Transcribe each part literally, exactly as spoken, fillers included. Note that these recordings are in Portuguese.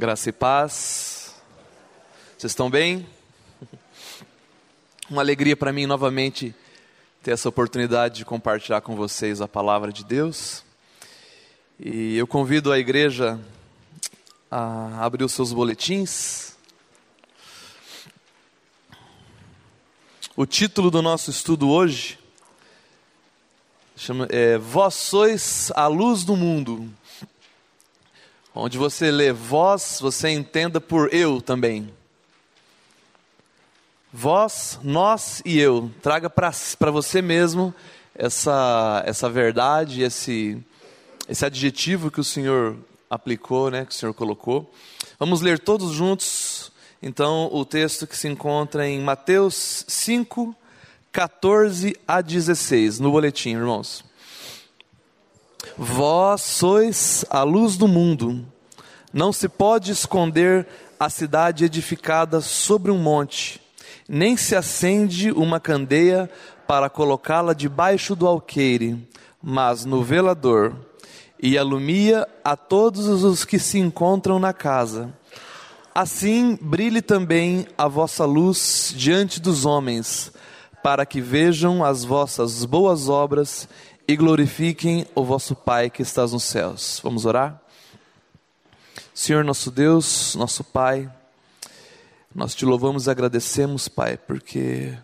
Graça e paz. Vocês estão bem? Uma alegria para mim novamente ter essa oportunidade de compartilhar com vocês a palavra de Deus. E eu convido a igreja a abrir os seus boletins. O título do nosso estudo hoje chama, é Vós sois a luz do mundo. Onde você lê vós, você entenda por eu também. Vós, nós e eu. Traga para você mesmo essa, essa verdade, esse, esse adjetivo que o Senhor aplicou, né, que o Senhor colocou. Vamos ler todos juntos, então, o texto que se encontra em Mateus cinco, quatorze a dezesseis, no boletim, irmãos. Vós sois a luz do mundo. Não se pode esconder a cidade edificada sobre um monte, nem se acende uma candeia para colocá-la debaixo do alqueire, mas no velador, e alumia a todos os que se encontram na casa. Assim brilhe também a vossa luz diante dos homens, para que vejam as vossas boas obras e glorifiquem o vosso Pai que está nos céus. Vamos orar? Senhor nosso Deus, nosso Pai, nós te louvamos e agradecemos, Pai, porque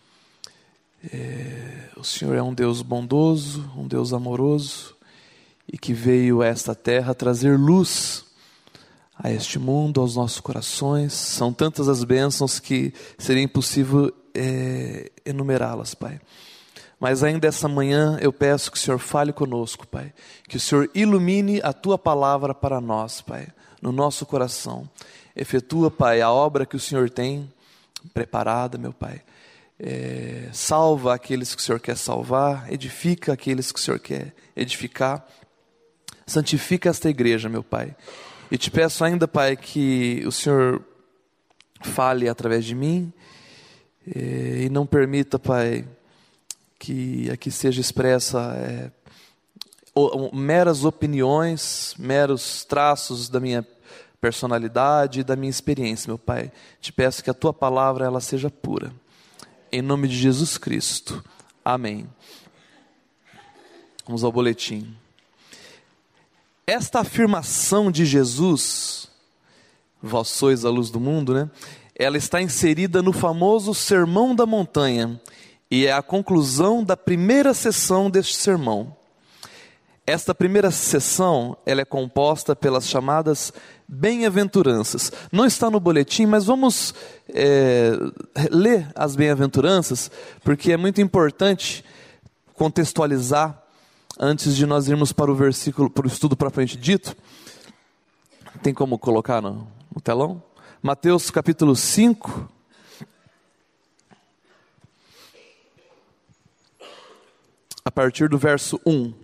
é, o Senhor é um Deus bondoso, um Deus amoroso, e que veio a esta terra trazer luz a este mundo, aos nossos corações. São tantas as bênçãos que seria impossível é, enumerá-las, Pai. Mas ainda essa manhã eu peço que o Senhor fale conosco, Pai. Que o Senhor ilumine a Tua palavra para nós, Pai, no nosso coração. Efetua, Pai, a obra que o Senhor tem preparada, meu Pai. É, salva aqueles que o Senhor quer salvar, edifica aqueles que o Senhor quer edificar. Santifica esta igreja, meu Pai. E te peço ainda, Pai, que o Senhor fale através de mim é, e não permita, Pai, que aqui seja expressa é, o, meras opiniões, meros traços da minha personalidade e da minha experiência, meu Pai. Te peço que a Tua palavra ela seja pura. Em nome de Jesus Cristo. Amém. Vamos ao boletim. Esta afirmação de Jesus, vós sois a luz do mundo, né? Ela está inserida no famoso Sermão da Montanha e é a conclusão da primeira sessão deste sermão. Esta primeira sessão, ela é composta pelas chamadas bem-aventuranças. Não está no boletim, mas vamos é, ler as bem-aventuranças, porque é muito importante contextualizar antes de nós irmos para o versículo, para o estudo propriamente dito. Tem como colocar no, no telão? Mateus capítulo cinco. A partir do verso um.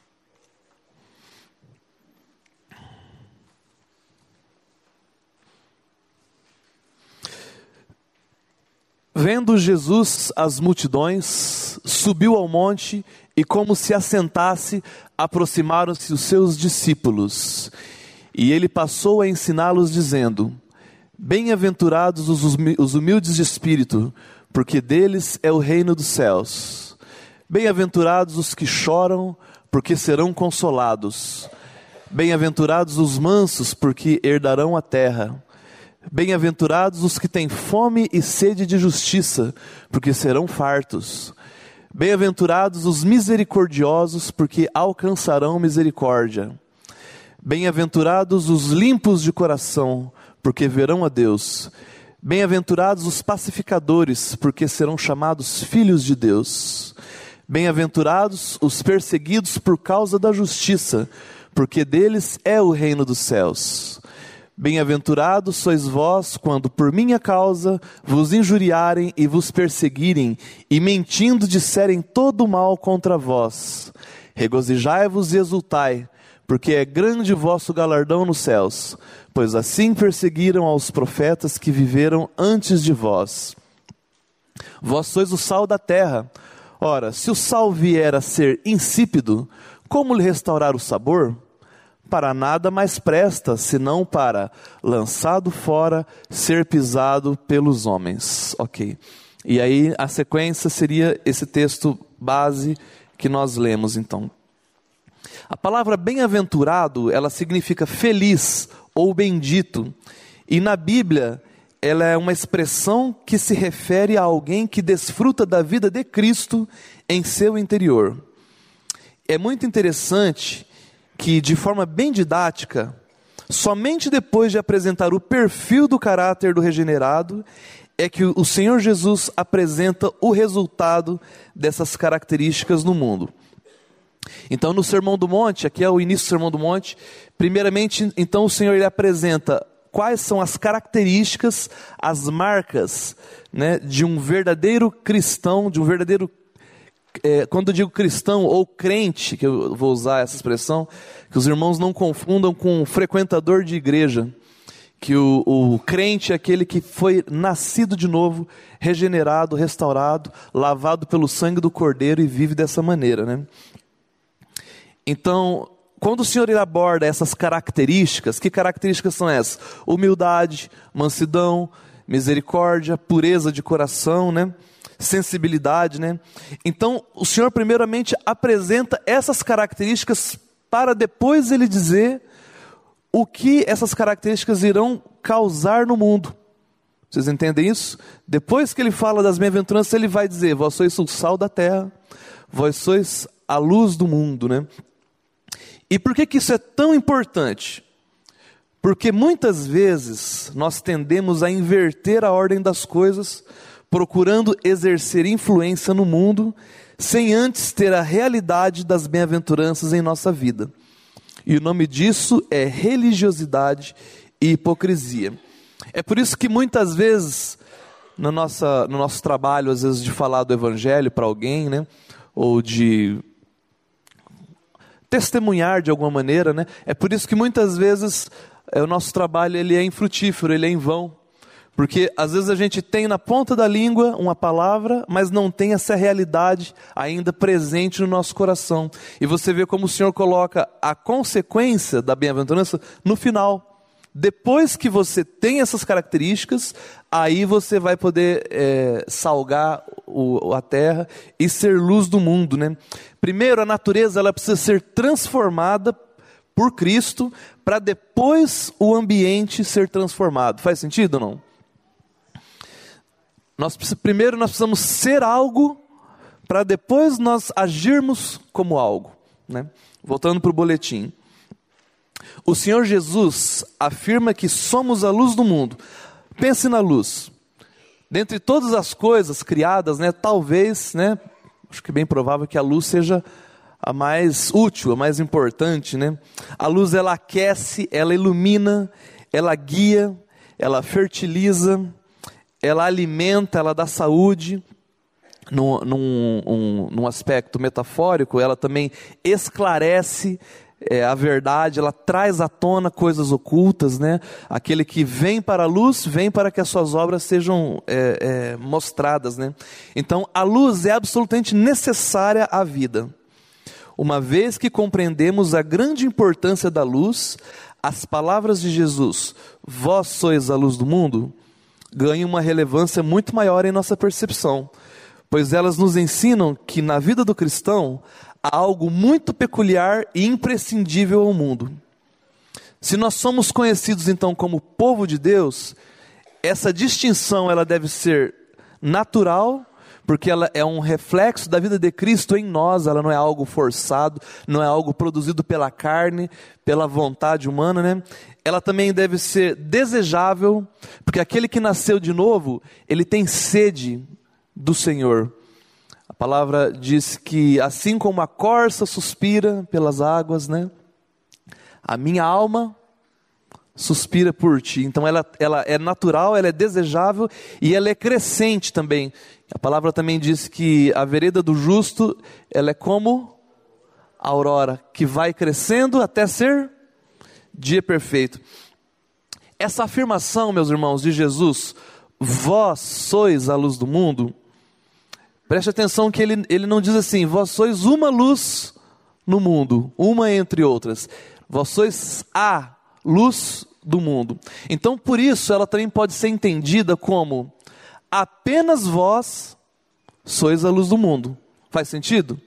Vendo Jesus as multidões, subiu ao monte e, como se assentasse, aproximaram-se os seus discípulos. E ele passou a ensiná-los, dizendo: Bem-aventurados os humildes de espírito, porque deles é o reino dos céus. Bem-aventurados os que choram, porque serão consolados. Bem-aventurados os mansos, porque herdarão a terra. Bem-aventurados os que têm fome e sede de justiça, porque serão fartos. Bem-aventurados os misericordiosos, porque alcançarão misericórdia. Bem-aventurados os limpos de coração, porque verão a Deus. Bem-aventurados os pacificadores, porque serão chamados filhos de Deus. Bem-aventurados os perseguidos por causa da justiça, porque deles é o reino dos céus. Bem-aventurados sois vós, quando por minha causa vos injuriarem e vos perseguirem, e mentindo disserem todo o mal contra vós. Regozijai-vos e exultai, porque é grande vosso galardão nos céus, pois assim perseguiram aos profetas que viveram antes de vós. Vós sois o sal da terra. Ora, se o sal vier a ser insípido, como lhe restaurar o sabor? para nada mais presta, senão para, lançado fora, ser pisado pelos homens. Ok. E aí a sequência seria esse texto base que nós lemos então. A palavra bem-aventurado, ela significa feliz ou bendito. E na Bíblia, ela é uma expressão que se refere a alguém que desfruta da vida de Cristo em seu interior. É muito interessante que, de forma bem didática, somente depois de apresentar o perfil do caráter do regenerado, é que o Senhor Jesus apresenta o resultado dessas características no mundo. Então, no Sermão do Monte, aqui é o início do Sermão do Monte, primeiramente, então o Senhor ele apresenta quais são as características, as marcas, né, de um verdadeiro cristão, de um verdadeiro É, quando eu digo cristão ou crente, que eu vou usar essa expressão, que os irmãos não confundam com frequentador de igreja, que o, o crente é aquele que foi nascido de novo, regenerado, restaurado, lavado pelo sangue do Cordeiro e vive dessa maneira, né? Então, quando o Senhor ele aborda essas características, que características são essas? Humildade, mansidão, misericórdia, pureza de coração, né? Sensibilidade, né? Então, o Senhor primeiramente apresenta essas características para depois ele dizer o que essas características irão causar no mundo. Vocês entendem isso? Depois que ele fala das bem-aventuranças, ele vai dizer: vós sois o sal da terra, vós sois a luz do mundo, né? E por que que isso é tão importante? Porque muitas vezes nós tendemos a inverter a ordem das coisas, procurando exercer influência no mundo, sem antes ter a realidade das bem-aventuranças em nossa vida. E o nome disso é religiosidade e hipocrisia. É por isso que muitas vezes, na nossa, no nosso trabalho, às vezes de falar do Evangelho para alguém, né, ou de testemunhar de alguma maneira, né, é por isso que muitas vezes é, o nosso trabalho ele é infrutífero, ele é em vão. Porque às vezes a gente tem na ponta da língua uma palavra, mas não tem essa realidade ainda presente no nosso coração. E você vê como o Senhor coloca a consequência da bem-aventurança no final. Depois que você tem essas características, aí você vai poder é, salgar o, a terra e ser luz do mundo, né? Primeiro, a natureza ela precisa ser transformada por Cristo, para depois o ambiente ser transformado. Faz sentido ou não? Nós, primeiro nós precisamos ser algo, para depois nós agirmos como algo, né? Voltando para o boletim. O Senhor Jesus afirma que somos a luz do mundo. Pense na luz. Dentre todas as coisas criadas, né, talvez, né, acho que é bem provável que a luz seja a mais útil, a mais importante, né? A luz ela aquece, ela ilumina, ela guia, ela fertiliza, ela alimenta, ela dá saúde. Num, num, um, num aspecto metafórico, ela também esclarece é, a verdade, ela traz à tona coisas ocultas, né? Aquele que vem para a luz, vem para que as suas obras sejam é, é, mostradas, né? Então, a luz é absolutamente necessária à vida. Uma vez que compreendemos a grande importância da luz, as palavras de Jesus, vós sois a luz do mundo, ganham uma relevância muito maior em nossa percepção, pois elas nos ensinam que na vida do cristão há algo muito peculiar e imprescindível ao mundo. Se nós somos conhecidos então como povo de Deus, essa distinção ela deve ser natural, porque ela é um reflexo da vida de Cristo em nós, ela não é algo forçado, não é algo produzido pela carne, pela vontade humana, né? Ela também deve ser desejável, porque aquele que nasceu de novo, ele tem sede do Senhor. A palavra diz que assim como a corça suspira pelas águas, né? A minha alma suspira por ti. Então ela, ela é natural, ela é desejável e ela é crescente também. A palavra também diz que a vereda do justo, ela é como a aurora, que vai crescendo até ser dia perfeito. Essa afirmação, meus irmãos, de Jesus, vós sois a luz do mundo, preste atenção que ele, ele não diz assim, vós sois uma luz no mundo, uma entre outras. Vós sois a luz do mundo. Então, por isso, ela também pode ser entendida como: apenas vós sois a luz do mundo. Faz sentido?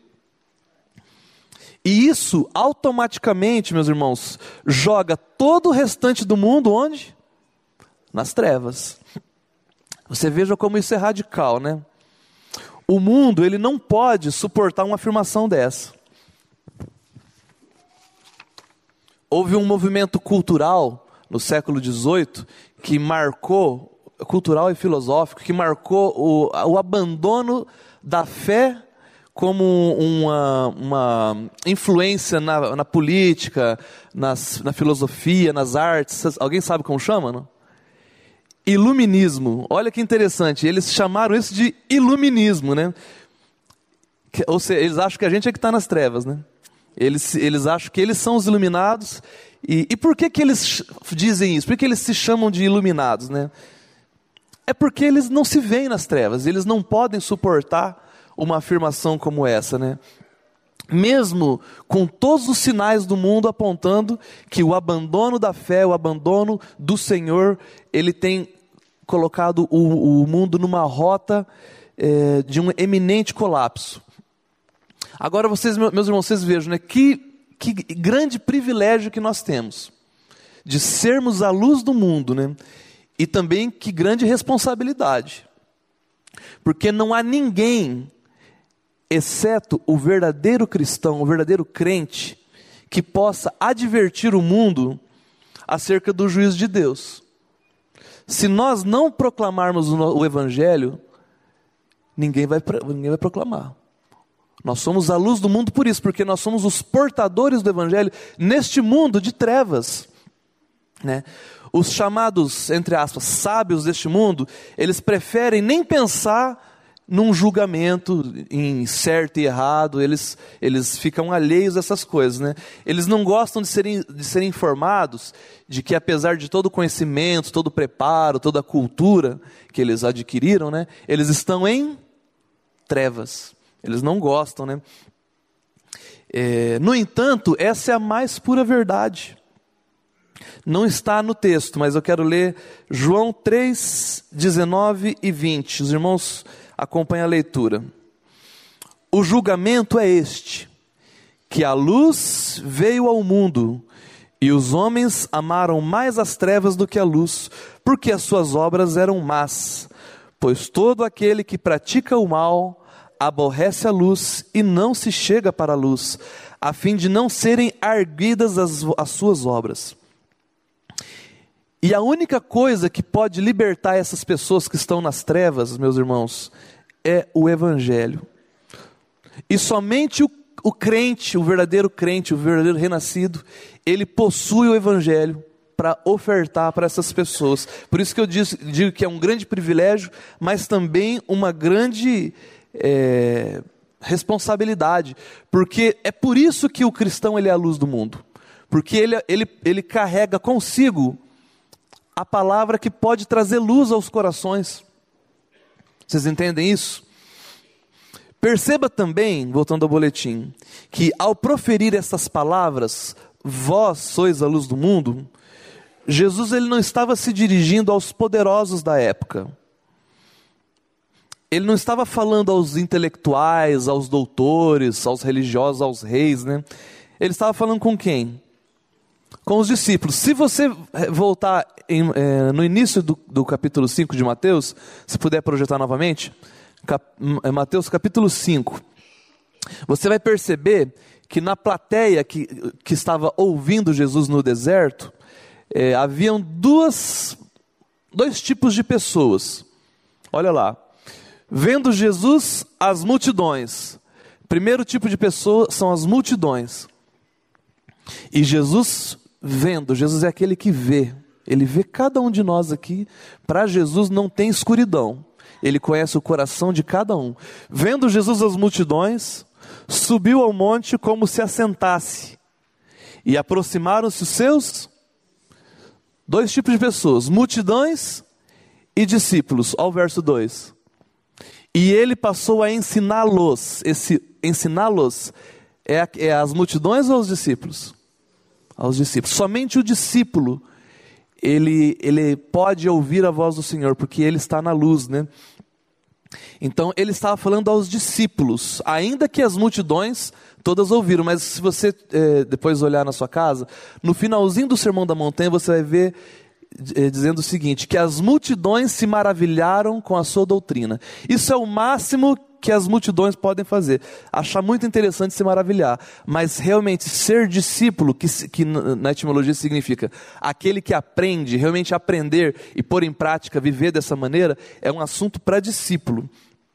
E isso, automaticamente, meus irmãos, joga todo o restante do mundo onde? Nas trevas. Você veja como isso é radical, né? O mundo, ele não pode suportar uma afirmação dessa. Houve um movimento cultural no século dezoito que marcou, cultural e filosófico, que marcou o, o abandono da fé como uma, uma influência na, na política, nas, na filosofia, nas artes. Alguém sabe como chama, não? Iluminismo. Olha que interessante, eles chamaram isso de iluminismo, né? Que, ou seja, eles acham que a gente é que está nas trevas, né? Eles, eles acham que eles são os iluminados. E, e por que que eles dizem isso? Por que eles se chamam de iluminados, né? É porque eles não se veem nas trevas, eles não podem suportar uma afirmação como essa, né? Mesmo com todos os sinais do mundo apontando que o abandono da fé, o abandono do Senhor, ele tem colocado o, o mundo numa rota é, de um eminente colapso. Agora vocês, meus irmãos, vocês vejam, né? Que, que grande privilégio que nós temos de sermos a luz do mundo, né? E também que grande responsabilidade. Porque não há ninguém, exceto o verdadeiro cristão, o verdadeiro crente, que possa advertir o mundo acerca do juízo de Deus. Se nós não proclamarmos o Evangelho, ninguém vai, ninguém vai proclamar. Nós somos a luz do mundo por isso, porque nós somos os portadores do Evangelho neste mundo de trevas, né? Os chamados, entre aspas, sábios deste mundo, eles preferem nem pensar num julgamento, em certo e errado, eles, eles ficam alheios a essas coisas, né? Eles não gostam de serem, de serem informados de que, apesar de todo o conhecimento, todo o preparo, toda a cultura que eles adquiriram, né? Eles estão em trevas. Eles não gostam, né? É, no entanto, essa é a mais pura verdade. Não está no texto, mas eu quero ler João três, dezenove e vinte. Os irmãos acompanhem a leitura. O julgamento é este, que a luz veio ao mundo, e os homens amaram mais as trevas do que a luz, porque as suas obras eram más. Pois todo aquele que pratica o mal aborrece a luz e não se chega para a luz, a fim de não serem arguidas as, as suas obras. E a única coisa que pode libertar essas pessoas que estão nas trevas, meus irmãos, é o Evangelho. E somente o, o crente, o verdadeiro crente, o verdadeiro renascido, ele possui o Evangelho para ofertar para essas pessoas. Por isso que eu digo, digo que é um grande privilégio, mas também uma grande é, responsabilidade. Porque é por isso que o cristão ele é a luz do mundo. Porque ele, ele, ele carrega consigo a palavra que pode trazer luz aos corações. Vocês entendem isso? Perceba também, voltando ao boletim, que ao proferir essas palavras, vós sois a luz do mundo, Jesus ele não estava se dirigindo aos poderosos da época. Ele não estava falando aos intelectuais, aos doutores, aos religiosos, aos reis, né? Ele estava falando com quem? Com os discípulos. Se você voltar em, é, no início do, do capítulo cinco de Mateus, se puder projetar novamente, cap, Mateus capítulo cinco, você vai perceber que na plateia que, que estava ouvindo Jesus no deserto, é, haviam duas, dois tipos de pessoas. Olha lá, vendo Jesus as multidões. Primeiro tipo de pessoa são as multidões. E Jesus vendo, Jesus é aquele que vê, ele vê cada um de nós aqui. Para Jesus não tem escuridão, ele conhece o coração de cada um. Vendo Jesus as multidões, subiu ao monte como se assentasse, e aproximaram-se os seus, dois tipos de pessoas, multidões e discípulos. Olha o verso dois. E ele passou a ensiná-los. Esse ensiná-los é, é as multidões ou os discípulos? aos discípulos. Somente o discípulo, ele, ele pode ouvir a voz do Senhor, porque ele está na luz, né? Então ele estava falando aos discípulos, ainda que as multidões todas ouviram, mas se você é, depois olhar na sua casa, no finalzinho do Sermão da Montanha você vai ver é, dizendo o seguinte, que as multidões se maravilharam com a sua doutrina. Isso é o máximo que as multidões podem fazer, achar muito interessante se maravilhar, mas realmente ser discípulo, que, que na etimologia significa aquele que aprende, realmente aprender e pôr em prática, viver dessa maneira, é um assunto para discípulo.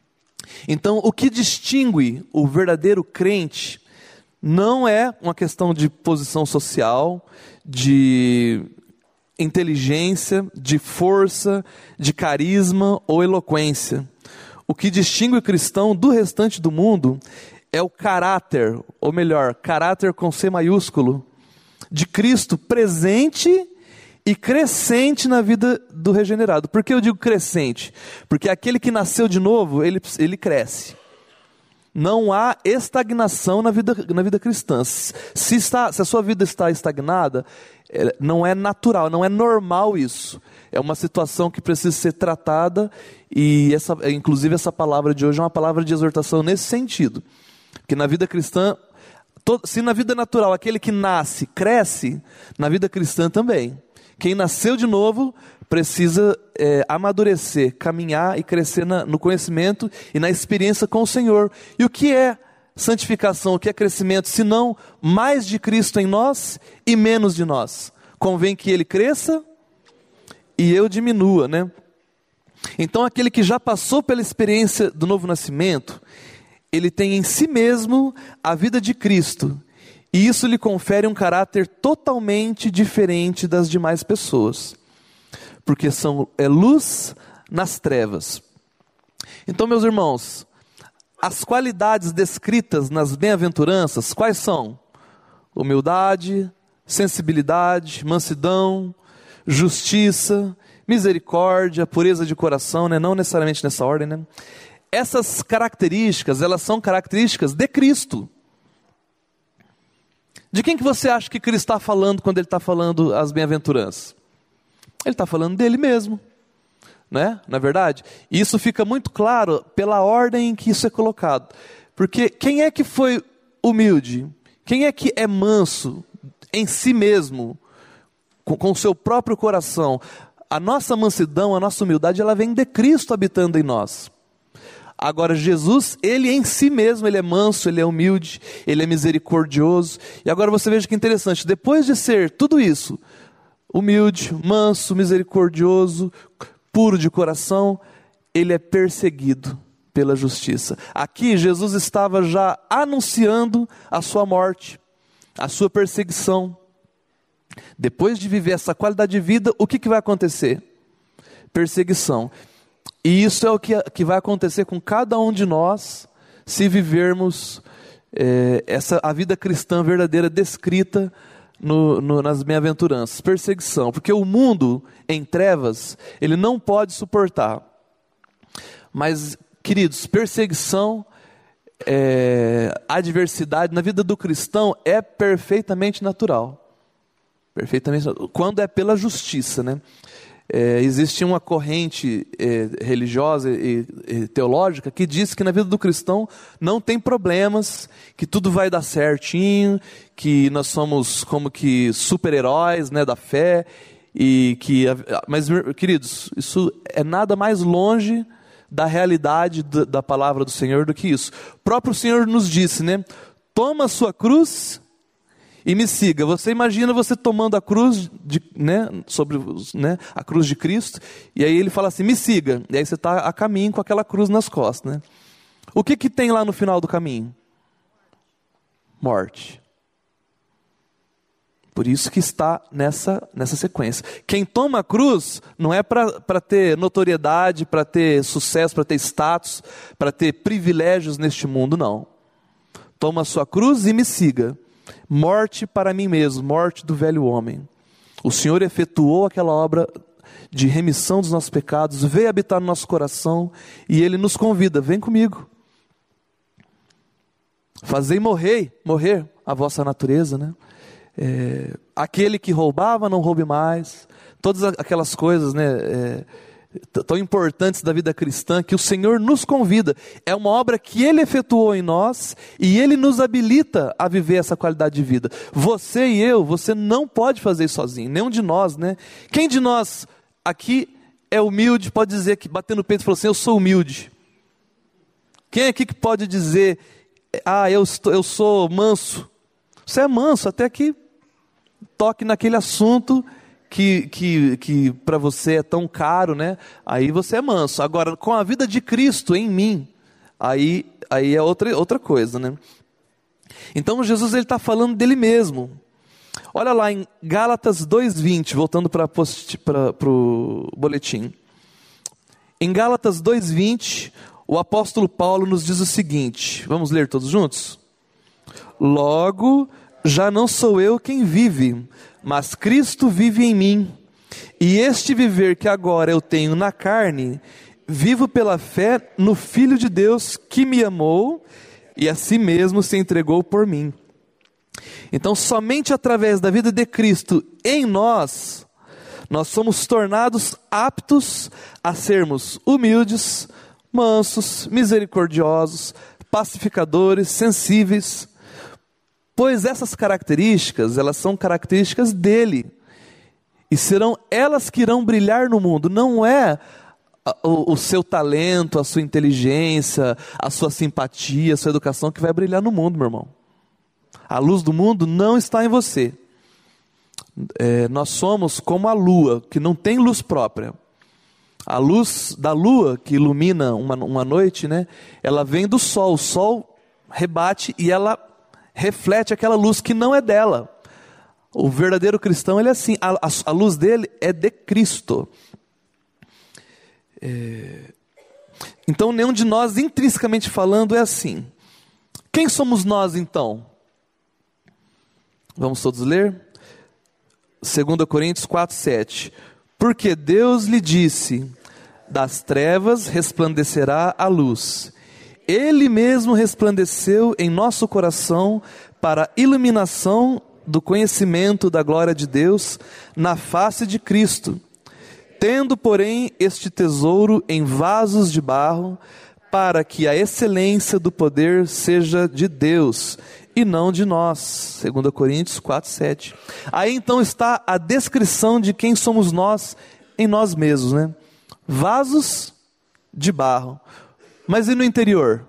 Então o que distingue o verdadeiro crente não é uma questão de posição social, de inteligência, de força, de carisma ou eloquência. O que distingue o cristão do restante do mundo é o caráter, ou melhor, caráter com C maiúsculo, de Cristo presente e crescente na vida do regenerado. Por que eu digo crescente? Porque aquele que nasceu de novo, ele, ele cresce. Não há estagnação na vida, na vida cristã. Se, está, se a sua vida está estagnada, não é natural, não é normal isso. É uma situação que precisa ser tratada e essa, inclusive essa palavra de hoje é uma palavra de exortação nesse sentido. Que na vida cristã, todo, se na vida natural aquele que nasce cresce, na vida cristã também. Quem nasceu de novo precisa é, amadurecer, caminhar e crescer na, no conhecimento e na experiência com o Senhor. E o que é santificação, o que é crescimento, se não mais de Cristo em nós e menos de nós? Convém que Ele cresça e eu diminua, né? Então aquele que já passou pela experiência do novo nascimento, ele tem em si mesmo a vida de Cristo, e isso lhe confere um caráter totalmente diferente das demais pessoas, porque são, é luz nas trevas. Então, meus irmãos, as qualidades descritas nas bem-aventuranças, quais são? Humildade, sensibilidade, mansidão, justiça, misericórdia, pureza de coração, né? Não necessariamente nessa ordem, né? Essas características, elas são características de Cristo. De quem que você acha que Cristo está falando quando Ele está falando as bem-aventuranças? Ele está falando dele mesmo, né? Na verdade, e isso fica muito claro pela ordem em que isso é colocado. Porque quem é que foi humilde? Quem é que é manso em si mesmo, com o seu próprio coração? A nossa mansidão, a nossa humildade, ela vem de Cristo habitando em nós. Agora Jesus, Ele em si mesmo, Ele é manso, Ele é humilde, Ele é misericordioso. E agora você veja que interessante, depois de ser tudo isso, humilde, manso, misericordioso, puro de coração, Ele é perseguido pela justiça. Aqui Jesus estava já anunciando a sua morte, a sua perseguição. Depois de viver essa qualidade de vida, o que, que vai acontecer? Perseguição. E isso é o que, que vai acontecer com cada um de nós, se vivermos é, essa, a vida cristã verdadeira descrita no, no, nas bem-aventuranças. Perseguição, porque o mundo em trevas, ele não pode suportar. Mas, queridos, perseguição, é, adversidade na vida do cristão é perfeitamente natural. Perfeitamente natural. Quando é pela justiça, né? É, existe uma corrente é, religiosa e, e teológica que diz que na vida do cristão não tem problemas, que tudo vai dar certinho, que nós somos como que super-heróis, né, da fé, e que, mas queridos, isso é nada mais longe da realidade da, da palavra do Senhor do que isso. O próprio Senhor nos disse, né, toma a sua cruz e me siga. Você imagina você tomando a cruz, de, né, sobre né, a cruz de Cristo, e aí Ele fala assim, me siga. E aí você está a caminho com aquela cruz nas costas. Né? O que, que tem lá no final do caminho? Morte. Por isso que está nessa, nessa sequência. Quem toma a cruz não é para ter notoriedade, para ter sucesso, para ter status, para ter privilégios neste mundo, não. Toma a sua cruz e me siga. Morte para mim mesmo, morte do velho homem. O Senhor efetuou aquela obra de remissão dos nossos pecados, veio habitar no nosso coração e Ele nos convida, vem comigo. Fazei morrer, morrer a vossa natureza, né? É, aquele que roubava não roube mais, todas aquelas coisas, né, é, tão importantes da vida cristã, que o Senhor nos convida. É uma obra que Ele efetuou em nós e Ele nos habilita a viver essa qualidade de vida. Você e eu, você não pode fazer isso sozinho, nenhum de nós, né? Quem de nós aqui é humilde, pode dizer, que batendo no peito e falou assim, eu sou humilde? Quem aqui que pode dizer, ah, eu, estou, eu sou manso? Você é manso, até que toque naquele assunto que, que, que para você é tão caro, né? Aí você é manso. Agora, com a vida de Cristo em mim, aí, aí é outra, outra coisa, né? Então Jesus está falando dele mesmo. Olha lá em Gálatas dois, vinte, voltando para o boletim. Em Gálatas dois, vinte, o apóstolo Paulo nos diz o seguinte, vamos ler todos juntos? Logo, já não sou eu quem vive, mas Cristo vive em mim. E este viver que agora eu tenho na carne, vivo pela fé no Filho de Deus que me amou e a si mesmo se entregou por mim. Então, somente através da vida de Cristo em nós, nós somos tornados aptos a sermos humildes, mansos, misericordiosos, pacificadores, sensíveis, pois essas características, elas são características dele, e serão elas que irão brilhar no mundo. Não é o, o seu talento, a sua inteligência, a sua simpatia, a sua educação que vai brilhar no mundo, meu irmão. A luz do mundo não está em você. É, nós somos como a lua, que não tem luz própria. A luz da lua, que ilumina uma, uma noite, né, ela vem do sol. O sol rebate e ela reflete aquela luz que não é dela. O verdadeiro cristão, ele é assim, a, a, a luz dele é de Cristo. É... Então, nenhum de nós, intrinsecamente falando, é assim. Quem somos nós, então? Vamos todos ler? dois Coríntios quatro, sete. Porque Deus lhe disse, das trevas resplandecerá a luz. Ele mesmo resplandeceu em nosso coração para a iluminação do conhecimento da glória de Deus na face de Cristo. Tendo, porém, este tesouro em vasos de barro, para que a excelência do poder seja de Deus e não de nós. dois Coríntios quatro, sete. Aí então está a descrição de quem somos nós em nós mesmos, né? Vasos de barro. Mas e no interior?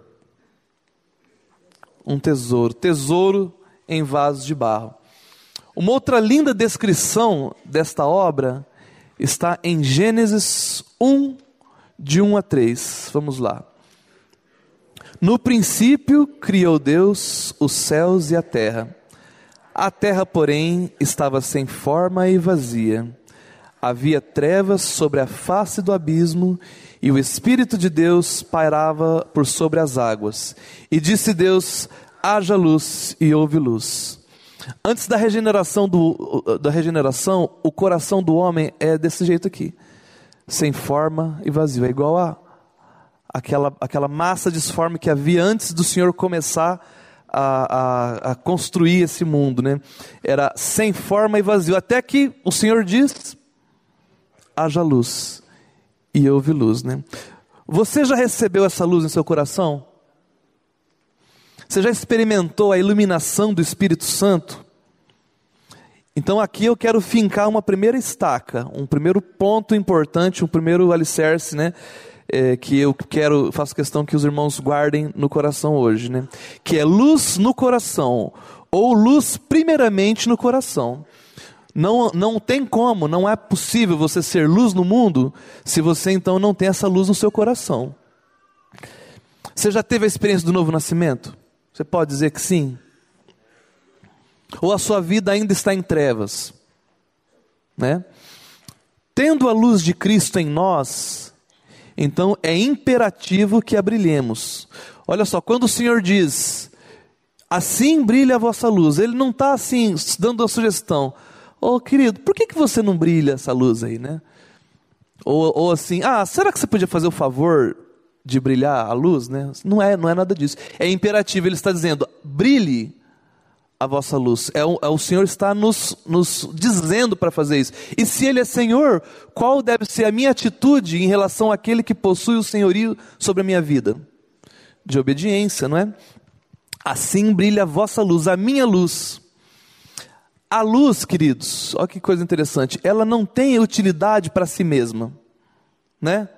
Um tesouro. Tesouro em vasos de barro. Uma outra linda descrição desta obra está em Gênesis um, de um a três. Vamos lá. No princípio criou Deus os céus e a terra. A terra, porém, estava sem forma e vazia. Havia trevas sobre a face do abismo, e o Espírito de Deus pairava por sobre as águas. E disse Deus, haja luz, e houve luz. Antes da regeneração, do, da regeneração, o coração do homem é desse jeito aqui. Sem forma e vazio. É igual a aquela, aquela massa disforme que havia antes do Senhor começar a, a, a construir esse mundo, né? Era sem forma e vazio. Até que o Senhor diz, haja luz. E houve luz, né? Você já recebeu essa luz em seu coração? Você já experimentou a iluminação do Espírito Santo? Então aqui eu quero fincar uma primeira estaca, um primeiro ponto importante, um primeiro alicerce, né? É, que eu quero, faço questão que os irmãos guardem no coração hoje, né? Que é luz no coração, ou luz primeiramente no coração. Não, não tem como, não é possível você ser luz no mundo, se você então não tem essa luz no seu coração. Você já teve a experiência do novo nascimento? Você pode dizer que sim? Ou a sua vida ainda está em trevas? Né? Tendo a luz de Cristo em nós, então é imperativo que a brilhemos. Olha só, quando o Senhor diz, assim brilha a vossa luz, Ele não está assim, dando a sugestão, ô oh, querido, por que, que você não brilha essa luz aí, né? Ou, ou assim, ah, será que você podia fazer o favor de brilhar a luz, né? Não é, não é nada disso. É imperativo, Ele está dizendo, brilhe a vossa luz. É o, é o Senhor está nos, nos dizendo para fazer isso. E se Ele é Senhor, qual deve ser a minha atitude em relação àquele que possui o senhorio sobre a minha vida? De obediência, não é? Assim brilha a vossa luz, a minha luz. A luz, queridos, olha que coisa interessante, ela não tem utilidade para si mesma, né?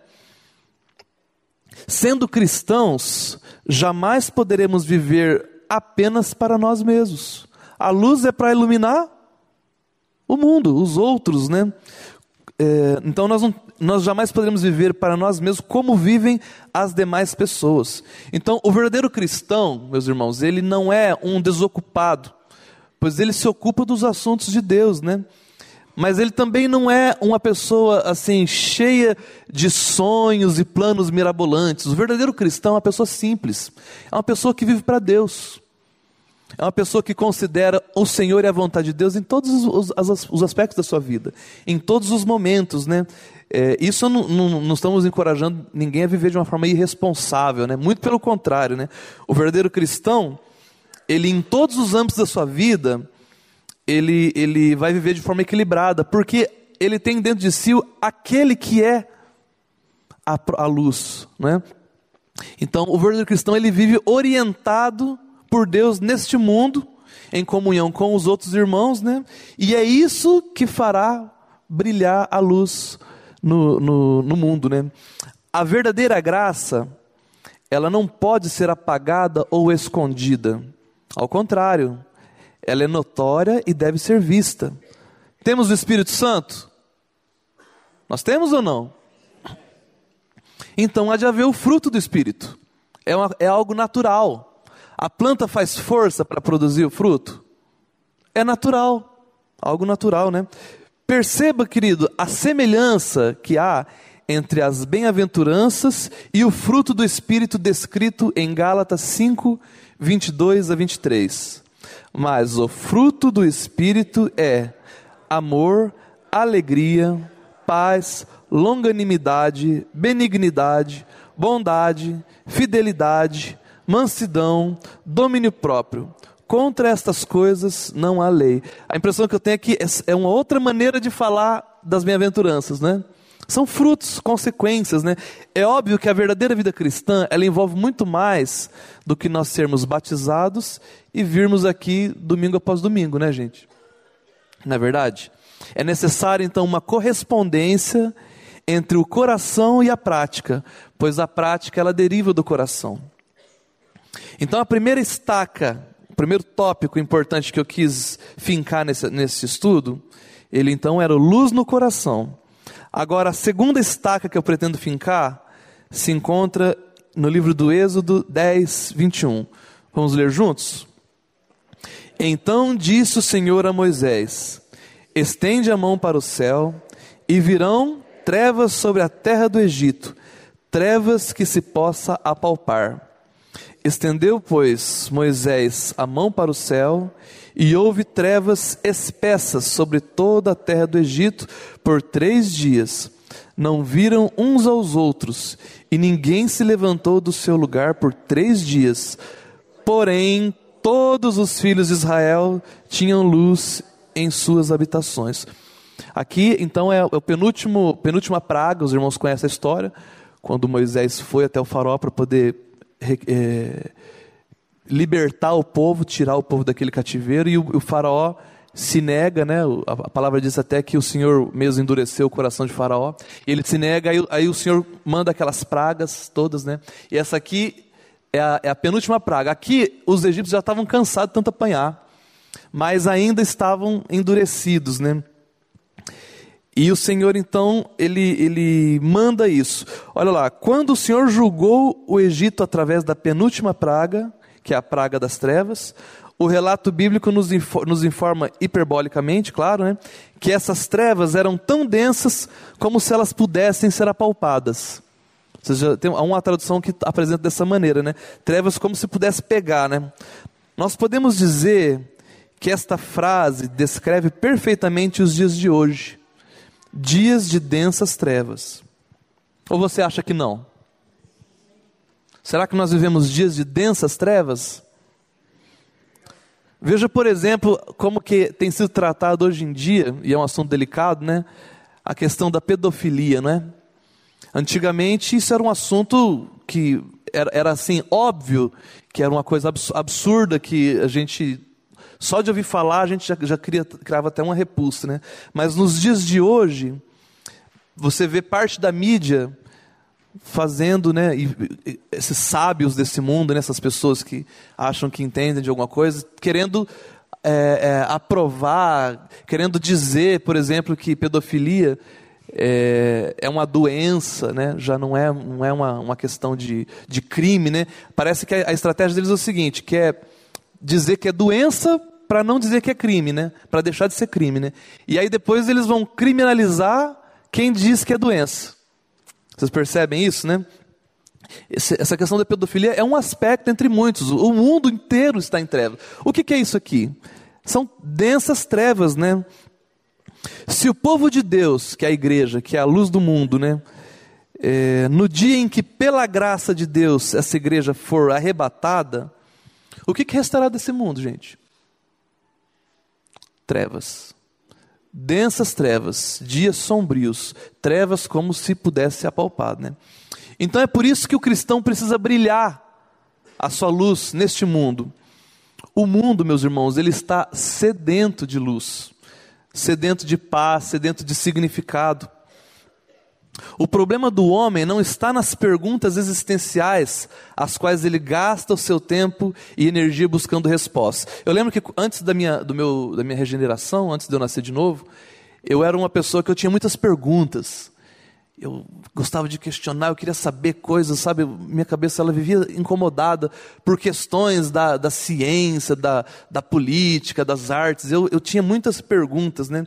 Sendo cristãos, jamais poderemos viver apenas para nós mesmos. A luz é para iluminar o mundo, os outros, né? É, então nós, não, nós jamais poderemos viver para nós mesmos como vivem as demais pessoas. Então o verdadeiro cristão, meus irmãos, ele não é um desocupado, pois ele se ocupa dos assuntos de Deus, né? Mas ele também não é uma pessoa assim cheia de sonhos e planos mirabolantes. O verdadeiro cristão é uma pessoa simples, é uma pessoa que vive para Deus, é uma pessoa que considera o Senhor e a vontade de Deus em todos os, os, os aspectos da sua vida, em todos os momentos, né? É, isso não, não, não estamos encorajando ninguém a viver de uma forma irresponsável, né? Muito pelo contrário, né? O verdadeiro cristão, ele em todos os âmbitos da sua vida, Ele, ele vai viver de forma equilibrada, porque ele tem dentro de si aquele que é a, a luz, né? Então o verdadeiro cristão, ele vive orientado por Deus neste mundo, em comunhão com os outros irmãos, né? E é isso que fará brilhar a luz no, no, no mundo, né? A verdadeira graça, ela não pode ser apagada ou escondida, ao contrário, ela é notória e deve ser vista. Temos o Espírito Santo? Nós temos ou não? Então há de haver o fruto do Espírito. É, uma, é algo natural. A planta faz força para produzir o fruto? É natural. Algo natural, né? Perceba, querido, a semelhança que há entre as bem-aventuranças e o fruto do Espírito descrito em Gálatas cinco, vinte e dois a vinte e três. Mas o fruto do Espírito é amor, alegria, paz, longanimidade, benignidade, bondade, fidelidade, mansidão, domínio próprio. Contra estas coisas não há lei. A impressão que eu tenho é que é uma outra maneira de falar das bem-aventuranças, né? São frutos, consequências, né? É óbvio que a verdadeira vida cristã, ela envolve muito mais do que nós sermos batizados e virmos aqui domingo após domingo, né, gente? Não é verdade? É necessário, então, uma correspondência entre o coração e a prática, pois a prática, ela deriva do coração. Então, a primeira estaca, o primeiro tópico importante que eu quis fincar nesse, nesse estudo, ele, então, era luz no coração. Agora, a segunda estaca que eu pretendo fincar se encontra no livro do Êxodo dez, vinte e um. Vamos ler juntos? Então disse o Senhor a Moisés: estende a mão para o céu, e virão trevas sobre a terra do Egito, trevas que se possa apalpar. Estendeu, pois, Moisés a mão para o céu, e houve trevas espessas sobre toda a terra do Egito por três dias. Não viram uns aos outros, e ninguém se levantou do seu lugar por três dias. Porém, todos os filhos de Israel tinham luz em suas habitações. Aqui, então, é o penúltimo, penúltima praga. Os irmãos conhecem a história, quando Moisés foi até o faraó para poder é, libertar o povo, tirar o povo daquele cativeiro, e o, o faraó se nega, né? A, a palavra diz até que o Senhor mesmo endureceu o coração de faraó, e ele se nega, aí, aí o Senhor manda aquelas pragas todas, né? E essa aqui é a, é a penúltima praga. Aqui os egípcios já estavam cansados de tanto apanhar, mas ainda estavam endurecidos, né? E o Senhor, então, ele, ele manda isso. Olha lá, quando o Senhor julgou o Egito através da penúltima praga, que é a praga das trevas, o relato bíblico nos informa, nos informa hiperbolicamente, claro, né, que essas trevas eram tão densas como se elas pudessem ser apalpadas. Ou seja, tem uma tradução que apresenta dessa maneira, né? Trevas como se pudesse pegar, né? Nós podemos dizer que esta frase descreve perfeitamente os dias de hoje. Dias de densas trevas. Ou você acha que não? Será que nós vivemos dias de densas trevas? Veja, por exemplo, como que tem sido tratado hoje em dia, e é um assunto delicado, né? A questão da pedofilia, né? Antigamente isso era um assunto que era, era assim, óbvio, que era uma coisa absurda, que a gente, só de ouvir falar, a gente já, já cria, criava até uma repulsa, né? Mas nos dias de hoje, você vê parte da mídia fazendo, né, e, e, esses sábios desse mundo, né, essas pessoas que acham que entendem de alguma coisa, querendo é, é, aprovar, querendo dizer, por exemplo, que pedofilia é, é uma doença, né, já não é, não é uma, uma questão de, de crime, né? Parece que a, a estratégia deles é o seguinte, que é dizer que é doença para não dizer que é crime, né, para deixar de ser crime, né? E aí depois eles vão criminalizar quem diz que é doença. Vocês percebem isso, né? Essa questão da pedofilia é um aspecto entre muitos. O mundo inteiro está em trevas. O que é isso aqui? São densas trevas, né? Se o povo de Deus, que é a igreja, que é a luz do mundo, né? É, no dia em que, pela graça de Deus, essa igreja for arrebatada, o que, que restará desse mundo, gente? Trevas. Densas trevas, dias sombrios, trevas como se pudesse apalpar, né? Então é por isso que o cristão precisa brilhar a sua luz neste mundo. O mundo, meus irmãos, ele está sedento de luz, sedento de paz, sedento de significado. O problema do homem não está nas perguntas existenciais, às quais ele gasta o seu tempo e energia buscando respostas. Eu lembro que antes da minha, do meu, da minha regeneração, antes de eu nascer de novo, eu era uma pessoa que eu tinha muitas perguntas. Eu gostava de questionar, eu queria saber coisas, sabe? Minha cabeça ela vivia incomodada por questões da, da ciência, da, da política, das artes. Eu, eu tinha muitas perguntas, né?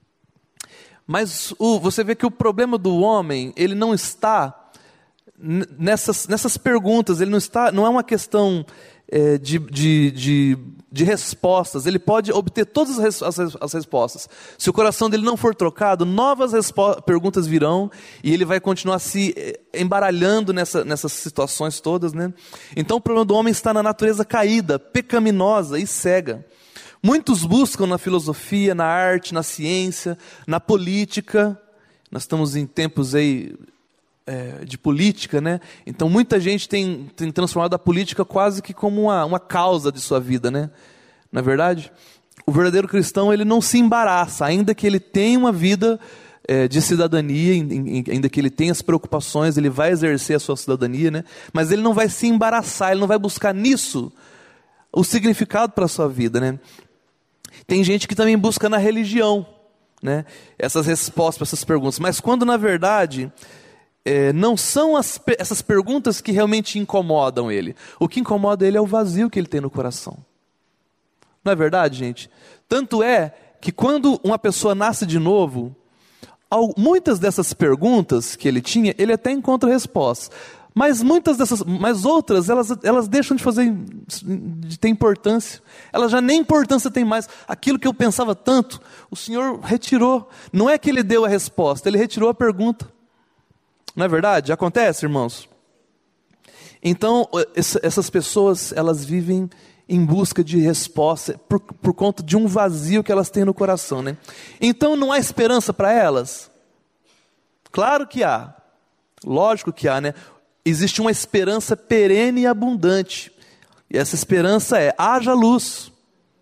Mas o, você vê que o problema do homem, ele não está nessas, nessas perguntas, ele não está, não é uma questão é, de, de, de, de respostas, ele pode obter todas as, as, as respostas. Se o coração dele não for trocado, novas perguntas virão e ele vai continuar se embaralhando nessa, nessas situações todas, né? Então o problema do homem está na natureza caída, pecaminosa e cega. Muitos buscam na filosofia, na arte, na ciência, na política. Nós estamos em tempos aí é, de política, né? Então muita gente tem, tem transformado a política quase que como uma, uma causa de sua vida, né? Não é verdade? O verdadeiro cristão, ele não se embaraça, ainda que ele tenha uma vida é, de cidadania, ainda que ele tenha as preocupações, ele vai exercer a sua cidadania, né? Mas ele não vai se embaraçar, ele não vai buscar nisso o significado para a sua vida, né? Tem gente que também busca na religião, né, essas respostas para essas perguntas. Mas quando na verdade é, não são as, essas perguntas que realmente incomodam ele. O que incomoda ele é o vazio que ele tem no coração. Não é verdade, gente? Tanto é que quando uma pessoa nasce de novo, muitas dessas perguntas que ele tinha, ele até encontra respostas. Mas muitas dessas, mas outras, elas, elas deixam de fazer, de ter importância. Elas já nem importância tem mais. Aquilo que eu pensava tanto, o Senhor retirou. Não é que Ele deu a resposta, Ele retirou a pergunta. Não é verdade? Acontece, irmãos? Então, essas pessoas, elas vivem em busca de resposta, por, por conta de um vazio que elas têm no coração, né? Então, não há esperança para elas? Claro que há. Lógico que há, né? Existe uma esperança perene e abundante. E essa esperança é: haja luz.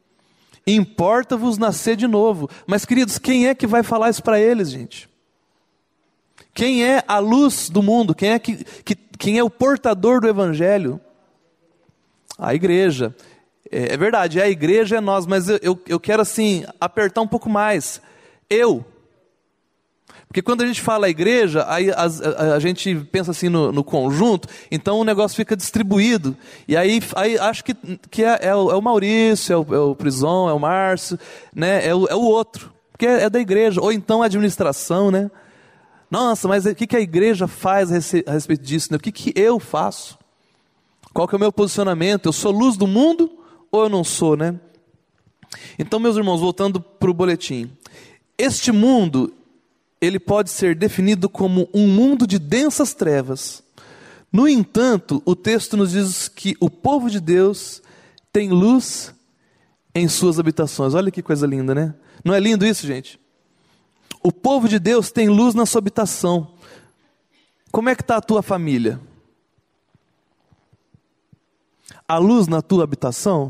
Importa-vos nascer de novo. Mas, queridos, quem é que vai falar isso para eles, gente? Quem é a luz do mundo? Quem é, que, que, quem é o portador do evangelho? A igreja. É, é verdade, a igreja é nós, mas eu, eu, eu quero assim, apertar um pouco mais. Eu. Porque quando a gente fala igreja, aí a, a, a gente pensa assim no, no conjunto, então o negócio fica distribuído. E aí, aí acho que, que é, é, o, é o Maurício, é o, é o Prison, é o Márcio, né? é, o, é o outro, porque é, é da igreja. Ou então a administração, né? Nossa, mas o que, que a igreja faz a respeito disso? Né? O que, que eu faço? Qual que é o meu posicionamento? Eu sou luz do mundo ou eu não sou, né? Então, meus irmãos, voltando para o boletim. Este mundo, ele pode ser definido como um mundo de densas trevas. No entanto, o texto nos diz que o povo de Deus tem luz em suas habitações. Olha que coisa linda, né? Não é lindo isso, gente? O povo de Deus tem luz na sua habitação. Como é que está a tua família? Há luz na tua habitação?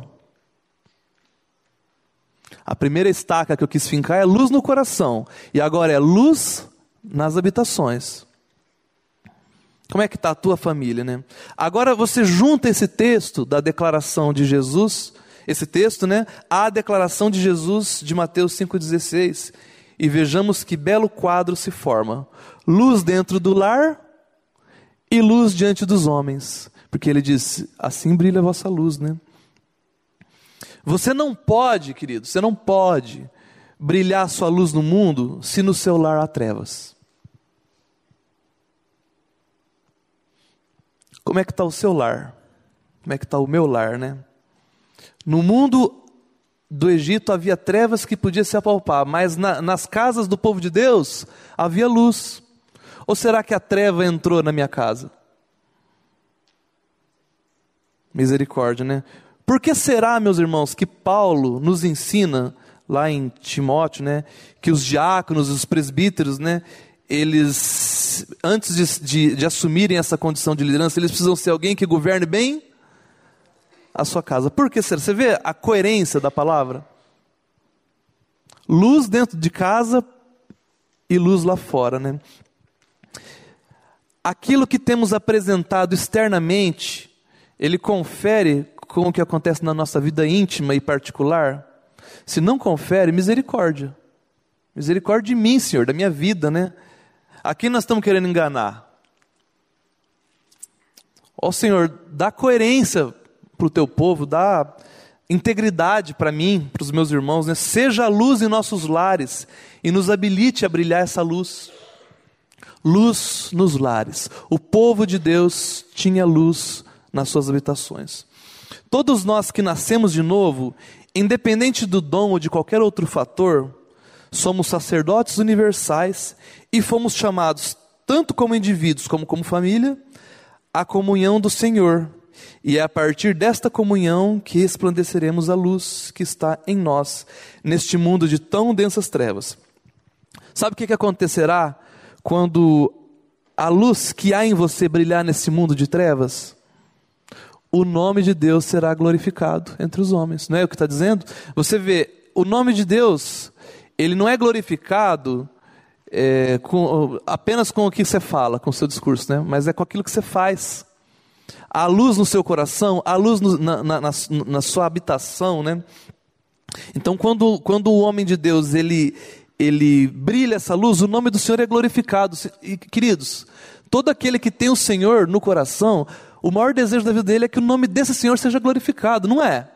A primeira estaca que eu quis fincar é luz no coração. E agora é luz nas habitações. Como é que está a tua família, né? Agora você junta esse texto da declaração de Jesus, esse texto, né? A declaração de Jesus de Mateus cinco dezesseis. E vejamos que belo quadro se forma. Luz dentro do lar e luz diante dos homens. Porque ele diz, assim brilha a vossa luz, né? Você não pode, querido, você não pode brilhar a sua luz no mundo se no seu lar há trevas. Como é que está o seu lar? Como é que está o meu lar, né? No mundo do Egito havia trevas que podia se apalpar, mas na, nas casas do povo de Deus havia luz. Ou será que a treva entrou na minha casa? Misericórdia, né? Por que será, meus irmãos, que Paulo nos ensina, lá em Timóteo, né, que os diáconos, os presbíteros, né, eles, antes de, de, de assumirem essa condição de liderança, eles precisam ser alguém que governe bem a sua casa. Por que será? Você vê a coerência da palavra? Luz dentro de casa e luz lá fora, né? Aquilo que temos apresentado externamente, ele confere com o que acontece na nossa vida íntima e particular? Se não confere, misericórdia. Misericórdia de mim, Senhor, da minha vida, né? Aqui nós estamos querendo enganar. Ó Senhor, dá coerência para o teu povo, dá integridade para mim, para os meus irmãos, né? Seja a luz em nossos lares e nos habilite a brilhar essa luz. Luz nos lares. O povo de Deus tinha luz nas suas habitações. Todos nós que nascemos de novo, independente do dom ou de qualquer outro fator, somos sacerdotes universais e fomos chamados, tanto como indivíduos como como família, à comunhão do Senhor. E é a partir desta comunhão que resplandeceremos a luz que está em nós, neste mundo de tão densas trevas. Sabe o que que acontecerá quando a luz que há em você brilhar nesse mundo de trevas? O nome de Deus será glorificado entre os homens. Não é o que está dizendo? Você vê, o nome de Deus, ele não é glorificado é, com, apenas com o que você fala, com o seu discurso, né? Mas é com aquilo que você faz. A luz no seu coração, a luz no, na, na, na, na sua habitação, né? Então, quando, quando o homem de Deus, ele, ele brilha essa luz, o nome do Senhor é glorificado. E, queridos, todo aquele que tem o Senhor no coração, o maior desejo da vida dele é que o nome desse Senhor seja glorificado, não é?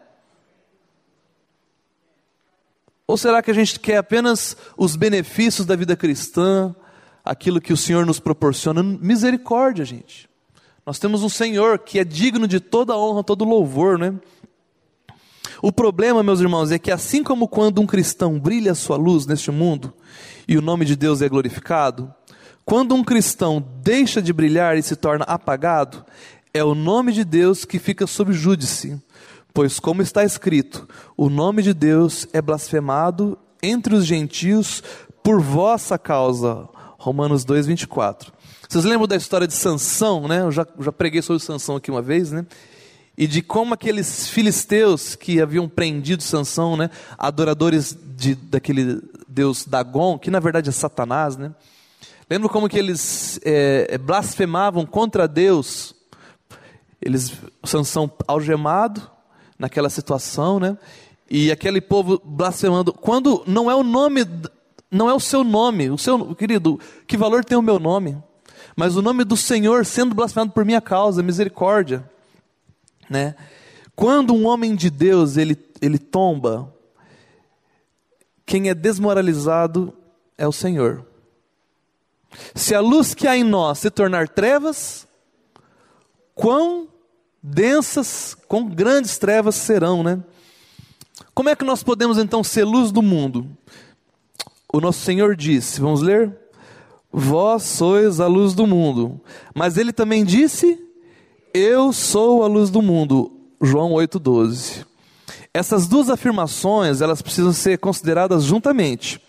Ou será que a gente quer apenas os benefícios da vida cristã, aquilo que o Senhor nos proporciona? Misericórdia, gente. Nós temos um Senhor que é digno de toda honra, todo louvor, né? O problema, meus irmãos, é que assim como quando um cristão brilha a sua luz neste mundo e o nome de Deus é glorificado, quando um cristão deixa de brilhar e se torna apagado, é o nome de Deus que fica sob júdice. Pois como está escrito, o nome de Deus é blasfemado entre os gentios por vossa causa. Romanos dois, vinte e quatro. Vocês lembram da história de Sansão, né? Eu já, já preguei sobre Sansão aqui uma vez, né? E de como aqueles filisteus que haviam prendido Sansão, né? Adoradores de, daquele deus Dagon, que na verdade é Satanás, né? Lembra como que eles é, blasfemavam contra Deus? Eles, Sansão algemado naquela situação, né? E aquele povo blasfemando. Quando não é o nome, não é o seu nome, o seu, querido, que valor tem o meu nome? Mas o nome do Senhor sendo blasfemado por minha causa, misericórdia, né? Quando um homem de Deus, ele, ele tomba, quem é desmoralizado é o Senhor. Se a luz que há em nós se tornar trevas, quão densas, quão grandes trevas serão, né? Como é que nós podemos então ser luz do mundo? O nosso Senhor disse, vamos ler? Vós sois a luz do mundo. Mas ele também disse, eu sou a luz do mundo. João oito, doze. Essas duas afirmações, elas precisam ser consideradas juntamente.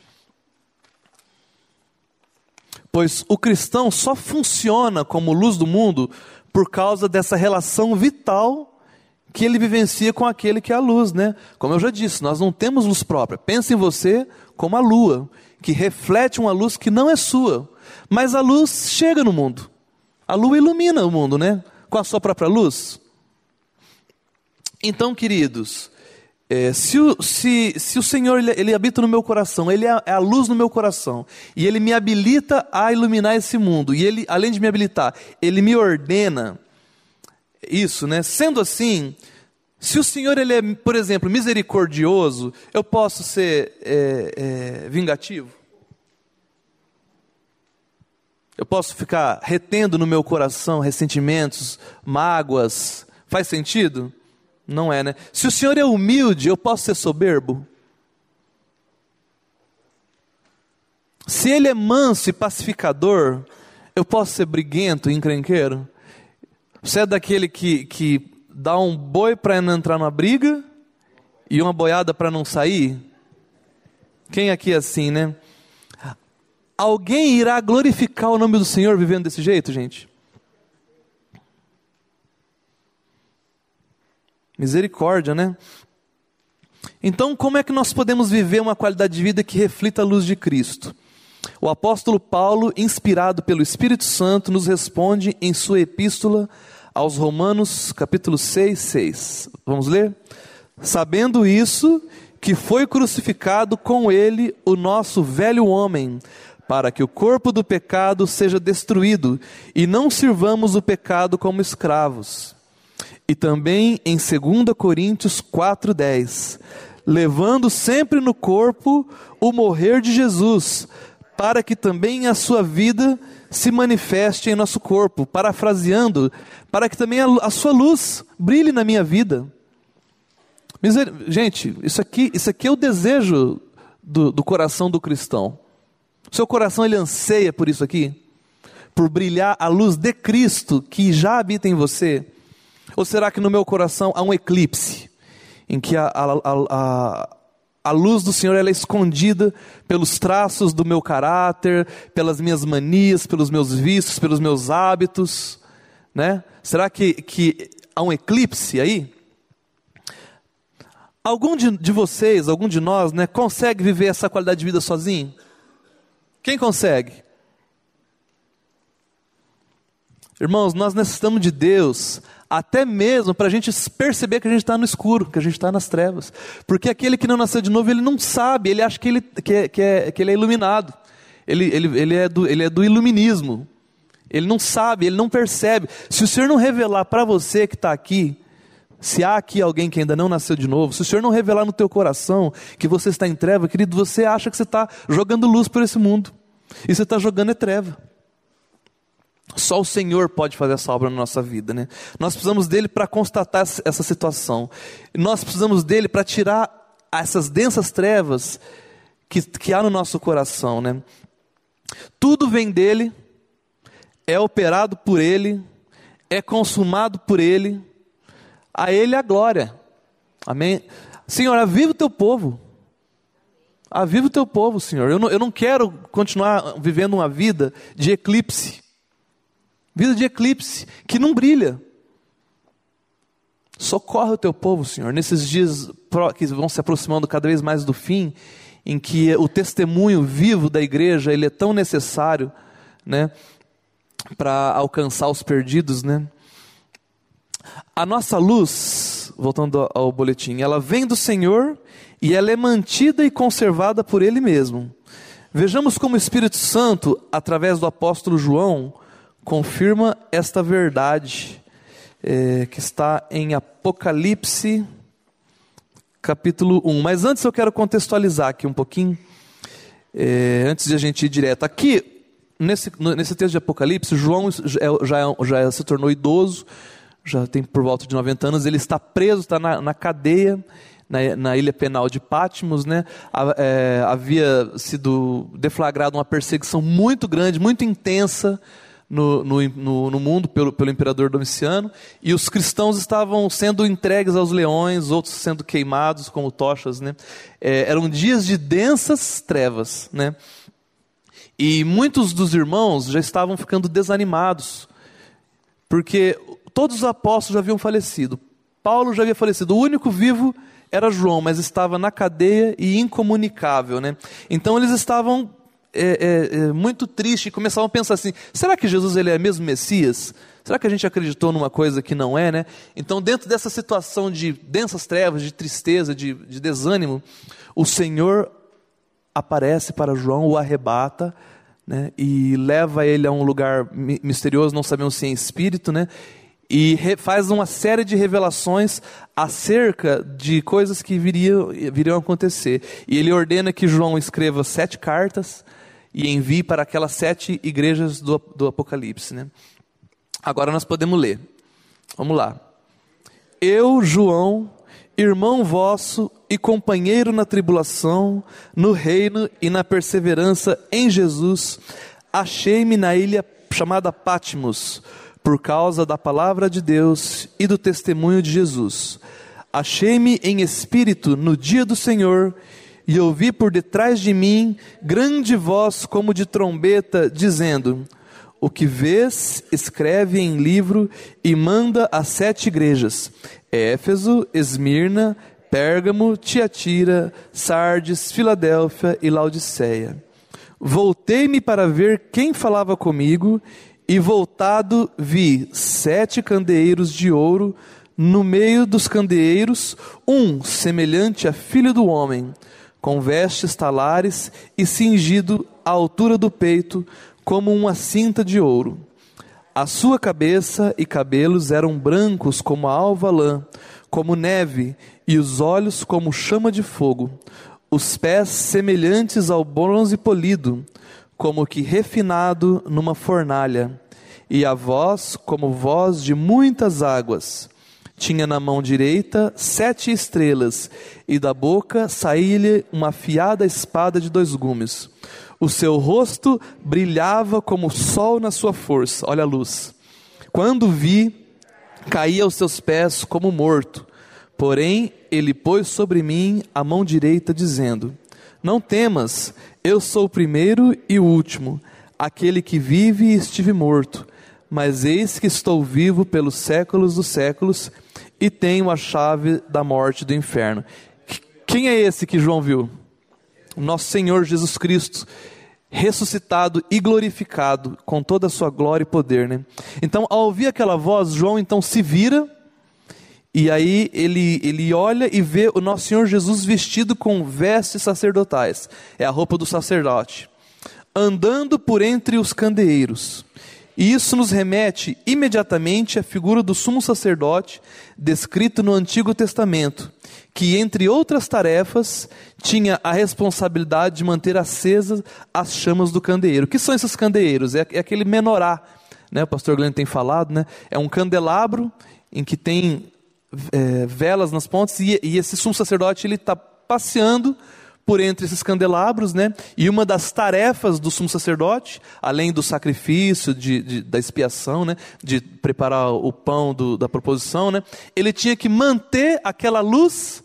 Pois o cristão só funciona como luz do mundo por causa dessa relação vital que ele vivencia com aquele que é a luz, né? Como eu já disse, nós não temos luz própria. Pense em você como a lua, que reflete uma luz que não é sua. Mas a luz chega no mundo. A lua ilumina o mundo, né? Com a sua própria luz. Então, queridos, é, se, o, se, se o Senhor ele, ele habita no meu coração, Ele é, é a luz no meu coração, e Ele me habilita a iluminar esse mundo, e Ele, além de me habilitar, Ele me ordena isso, né? Sendo assim, se o Senhor ele é, por exemplo, misericordioso, eu posso ser é, é, vingativo? Eu posso ficar retendo no meu coração ressentimentos, mágoas? Faz sentido? Não é, né? Se o Senhor é humilde, eu posso ser soberbo? Se Ele é manso e pacificador, eu posso ser briguento e encrenqueiro? Você é daquele que, que dá um boi para não entrar numa briga e uma boiada para não sair? Quem aqui é assim, né? Alguém irá glorificar o nome do Senhor vivendo desse jeito, gente? Misericórdia, né? Então, como é que nós podemos viver uma qualidade de vida que reflita a luz de Cristo? O apóstolo Paulo, inspirado pelo Espírito Santo, nos responde em sua epístola aos Romanos, capítulo seis, seis. Vamos ler? Sabendo isso, que foi crucificado com ele o nosso velho homem, para que o corpo do pecado seja destruído, e não sirvamos o pecado como escravos. E também em dois Coríntios quatro, dez. Levando sempre no corpo o morrer de Jesus, para que também a sua vida se manifeste em nosso corpo. Parafraseando, para que também a, a sua luz brilhe na minha vida. Miser... Gente, isso aqui, isso aqui é o desejo do, do coração do cristão. O seu coração ele anseia por isso aqui? Por brilhar a luz de Cristo que já habita em você? Ou será que no meu coração há um eclipse, em que a, a, a, a luz do Senhor ela é escondida pelos traços do meu caráter, pelas minhas manias, pelos meus vícios, pelos meus hábitos, né? Será que, que há um eclipse aí? Algum de, de vocês, algum de nós, né, consegue viver essa qualidade de vida sozinho? Quem consegue? Irmãos, nós necessitamos de Deus, até mesmo para a gente perceber que a gente está no escuro, que a gente está nas trevas. Porque aquele que não nasceu de novo, ele não sabe, ele acha que ele, que é, que é, que ele é iluminado. Ele, ele, ele, é do, ele é do iluminismo. Ele não sabe, ele não percebe. Se o Senhor não revelar para você que está aqui, se há aqui alguém que ainda não nasceu de novo, se o Senhor não revelar no teu coração que você está em treva, querido, você acha que você está jogando luz por esse mundo. E você está jogando é treva. Só o Senhor pode fazer essa obra na nossa vida, né? Nós precisamos dele para constatar essa situação. Nós precisamos dele para tirar essas densas trevas que, que há no nosso coração, né? Tudo vem dele, é operado por ele, é consumado por ele. A ele a glória. Amém? Senhor, aviva o teu povo. Aviva o teu povo, Senhor. Eu não, eu não quero continuar vivendo uma vida de eclipse. Vida de eclipse, que não brilha. Socorre o teu povo, Senhor, nesses dias que vão se aproximando cada vez mais do fim, em que o testemunho vivo da igreja, ele é tão necessário, né, para alcançar os perdidos, né? A nossa luz, voltando ao boletim, ela vem do Senhor e ela é mantida e conservada por Ele mesmo. Vejamos como o Espírito Santo, através do apóstolo João, confirma esta verdade, é, que está em Apocalipse, capítulo um. Mas antes eu quero contextualizar aqui um pouquinho, é, antes de a gente ir direto. Aqui, nesse, nesse texto de Apocalipse, João já, já, já se tornou idoso, já tem por volta de noventa anos, ele está preso, está na, na cadeia, na, na ilha penal de Patmos, né? É, havia sido deflagrada uma perseguição muito grande, muito intensa, no, no, no, no mundo pelo, pelo imperador Domiciano, e os cristãos estavam sendo entregues aos leões, outros sendo queimados como tochas, né? É, eram dias de densas trevas, né? E muitos dos irmãos já estavam ficando desanimados, porque todos os apóstolos já haviam falecido. Paulo já havia falecido, o único vivo era João, mas estava na cadeia e incomunicável, né? Então eles estavam é, é, é, muito tristes e começavam a pensar assim, será que Jesus ele é mesmo Messias? Será que a gente acreditou numa coisa que não é, né? Então dentro dessa situação de densas trevas, de tristeza, de, de desânimo, o Senhor aparece para João, o arrebata, né? E leva ele a um lugar misterioso, não sabemos se é em espírito, né? E re, faz uma série de revelações acerca de coisas que viriam, viriam a acontecer. E ele ordena que João escreva sete cartas e envie para aquelas sete igrejas do, do Apocalipse, né? Agora nós podemos ler. Vamos lá. Eu, João, irmão vosso e companheiro na tribulação, no reino e na perseverança em Jesus, achei-me na ilha chamada Patmos, por causa da palavra de Deus e do testemunho de Jesus. Achei-me em espírito no dia do Senhor, e ouvi por detrás de mim grande voz como de trombeta, dizendo: o que vês, escreve em livro e manda às sete igrejas: Éfeso, Esmirna, Pérgamo, Tiatira, Sardes, Filadélfia e Laodiceia. Voltei-me para ver quem falava comigo, e voltado vi sete candeeiros de ouro, no meio dos candeeiros, um semelhante a filho do homem, com vestes talares e cingido à altura do peito, como uma cinta de ouro. A sua cabeça e cabelos eram brancos como a alva lã, como neve, e os olhos como chama de fogo. Os pés semelhantes ao bronze polido, como que refinado numa fornalha, e a voz como voz de muitas águas. Tinha na mão direita sete estrelas, e da boca saía-lhe uma afiada espada de dois gumes. O seu rosto brilhava como o sol na sua força. Olha a luz. Quando vi, caí aos seus pés como morto. Porém, ele pôs sobre mim a mão direita, dizendo: não temas, eu sou o primeiro e o último, aquele que vive e estive morto. Mas eis que estou vivo pelos séculos dos séculos, e tenho a chave da morte e do inferno. Quem é esse que João viu? Nosso Senhor Jesus Cristo, ressuscitado e glorificado, com toda a sua glória e poder, né? Então, ao ouvir aquela voz, João então se vira, e aí ele, ele olha e vê o nosso Senhor Jesus vestido com vestes sacerdotais, é a roupa do sacerdote, andando por entre os candeeiros. E isso nos remete imediatamente à figura do sumo sacerdote, descrito no Antigo Testamento, que, entre outras tarefas, tinha a responsabilidade de manter acesas as chamas do candeeiro. O que são esses candeeiros? É, é aquele menorá, né? O pastor Glenn tem falado, né? É um candelabro em que tem é, velas nas pontas, e, e esse sumo sacerdote ele está passeando por entre esses candelabros, né? E uma das tarefas do sumo sacerdote, além do sacrifício, de, de, da expiação, né? De preparar o pão do, da proposição, né? Ele tinha que manter aquela luz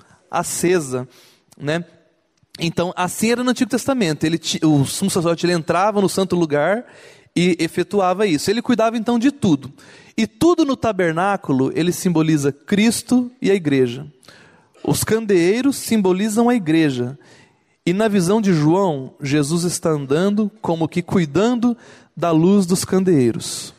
acesa, né? Então, assim era no Antigo Testamento. Ele, o sumo sacerdote ele entrava no santo lugar e efetuava isso. Ele cuidava então de tudo. E tudo no tabernáculo, ele simboliza Cristo e a igreja. Os candeeiros simbolizam a igreja. E na visão de João, Jesus está andando como que cuidando da luz dos candeeiros.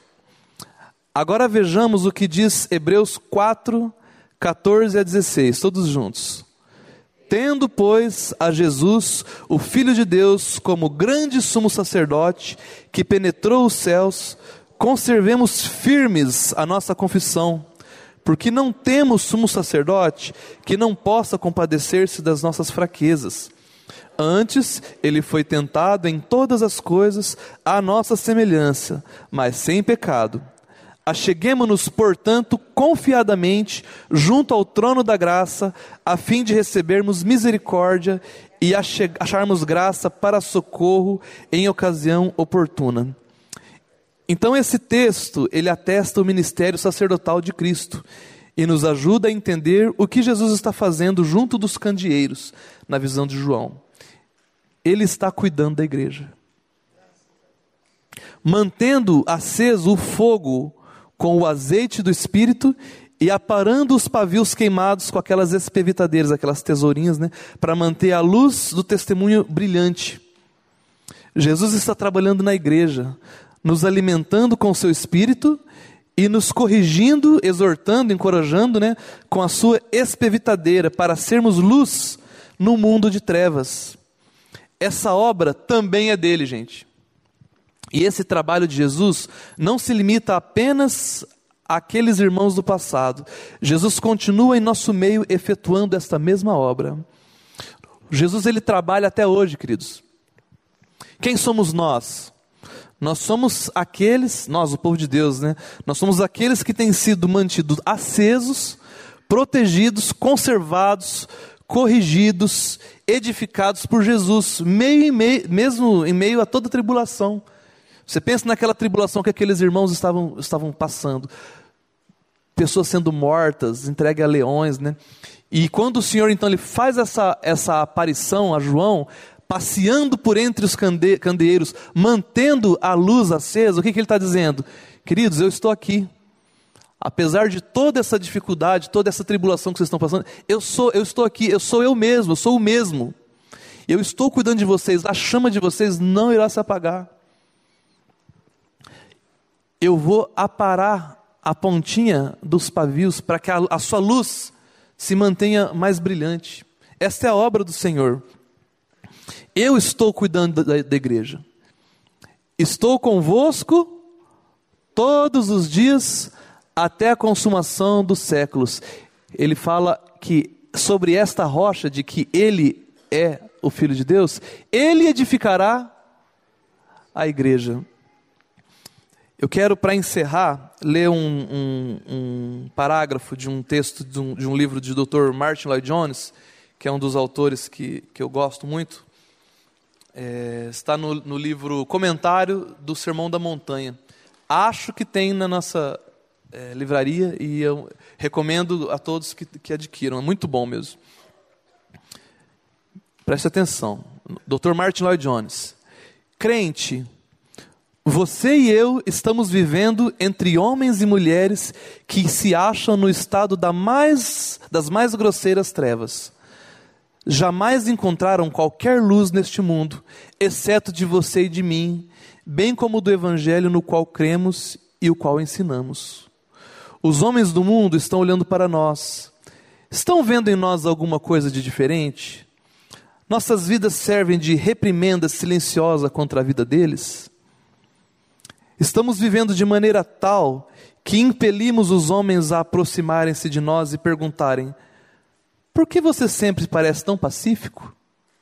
Agora vejamos o que diz Hebreus quatro, catorze a dezesseis, todos juntos. Tendo, pois, a Jesus, o Filho de Deus, como grande sumo sacerdote, que penetrou os céus, conservemos firmes a nossa confissão, porque não temos sumo sacerdote que não possa compadecer-se das nossas fraquezas. Antes, ele foi tentado em todas as coisas à nossa semelhança, mas sem pecado. Acheguemo-nos, portanto, confiadamente junto ao trono da graça, a fim de recebermos misericórdia e acharmos graça para socorro em ocasião oportuna. Então esse texto, ele atesta o ministério sacerdotal de Cristo e nos ajuda a entender o que Jesus está fazendo junto dos candeeiros, na visão de João. Ele está cuidando da igreja, mantendo aceso o fogo com o azeite do Espírito e aparando os pavios queimados com aquelas espevitadeiras, aquelas tesourinhas, né, para manter a luz do testemunho brilhante. Jesus está trabalhando na igreja, nos alimentando com o seu Espírito e nos corrigindo, exortando, encorajando, né, com a sua espevitadeira, para sermos luz no mundo de trevas. Essa obra também é dele, gente. E esse trabalho de Jesus não se limita apenas àqueles irmãos do passado. Jesus continua em nosso meio efetuando esta mesma obra. Jesus, ele trabalha até hoje, queridos. Quem somos nós? Nós somos aqueles, nós, o povo de Deus, né? Nós somos aqueles que têm sido mantidos acesos, protegidos, conservados, corrigidos, edificados por Jesus, meio em meio, mesmo em meio a toda tribulação. Você pensa naquela tribulação que aqueles irmãos estavam, estavam passando. Pessoas sendo mortas, entregues a leões, né? E quando o Senhor, então, ele faz essa, essa aparição a João, passeando por entre os cande, candeeiros, mantendo a luz acesa, o que, que ele está dizendo? Queridos, eu estou aqui. Apesar de toda essa dificuldade, toda essa tribulação que vocês estão passando, eu, sou, eu estou aqui, eu sou eu mesmo, eu sou o mesmo. Eu estou cuidando de vocês, a chama de vocês não irá se apagar. Eu vou aparar a pontinha dos pavios para que a, a sua luz se mantenha mais brilhante. Esta é a obra do Senhor. Eu estou cuidando da, da igreja. Estou convosco todos os dias até a consumação dos séculos. Ele fala que sobre esta rocha de que ele é o Filho de Deus, ele edificará a igreja. Eu quero, para encerrar, ler um, um, um parágrafo de um texto de um, de um livro de doutor Martin Lloyd-Jones, que é um dos autores que, que eu gosto muito. É, está no, no livro Comentário do Sermão da Montanha. Acho que tem na nossa é, livraria e eu recomendo a todos que, que adquiram. É muito bom mesmo. Preste atenção. doutor Martin Lloyd-Jones. Crente, você e eu estamos vivendo entre homens e mulheres que se acham no estado da mais, das mais grosseiras trevas. Jamais encontraram qualquer luz neste mundo, exceto de você e de mim, bem como do evangelho no qual cremos e o qual ensinamos. Os homens do mundo estão olhando para nós. Estão vendo em nós alguma coisa de diferente? Nossas vidas servem de reprimenda silenciosa contra a vida deles? Estamos vivendo de maneira tal que impelimos os homens a aproximarem-se de nós e perguntarem: por que você sempre parece tão pacífico?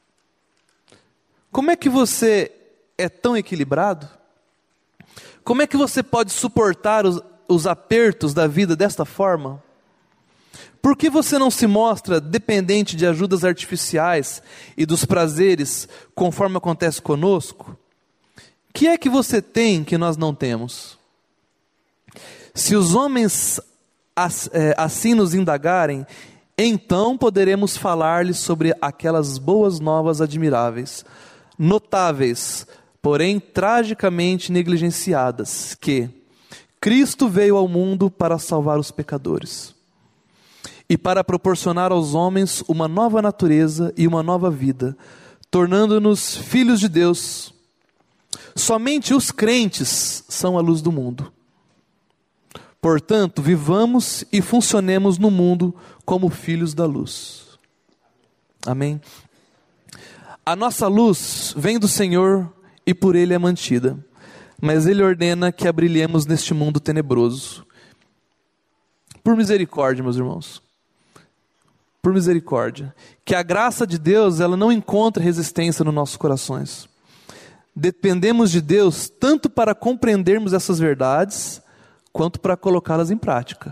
Como é que você é tão equilibrado? Como é que você pode suportar os, os apertos da vida desta forma? Por que você não se mostra dependente de ajudas artificiais e dos prazeres conforme acontece conosco? O que é que você tem que nós não temos? Se os homens assim nos indagarem, então poderemos falar-lhes sobre aquelas boas novas admiráveis, notáveis, porém tragicamente negligenciadas, que Cristo veio ao mundo para salvar os pecadores e para proporcionar aos homens uma nova natureza e uma nova vida, tornando-nos filhos de Deus. Somente os crentes são a luz do mundo. Portanto, vivamos e funcionemos no mundo como filhos da luz. Amém? A nossa luz vem do Senhor e por Ele é mantida, mas Ele ordena que a brilhemos neste mundo tenebroso. Por misericórdia, meus irmãos. Por misericórdia. Que a graça de Deus, ela não encontre resistência nos nossos corações. Dependemos de Deus tanto para compreendermos essas verdades, quanto para colocá-las em prática.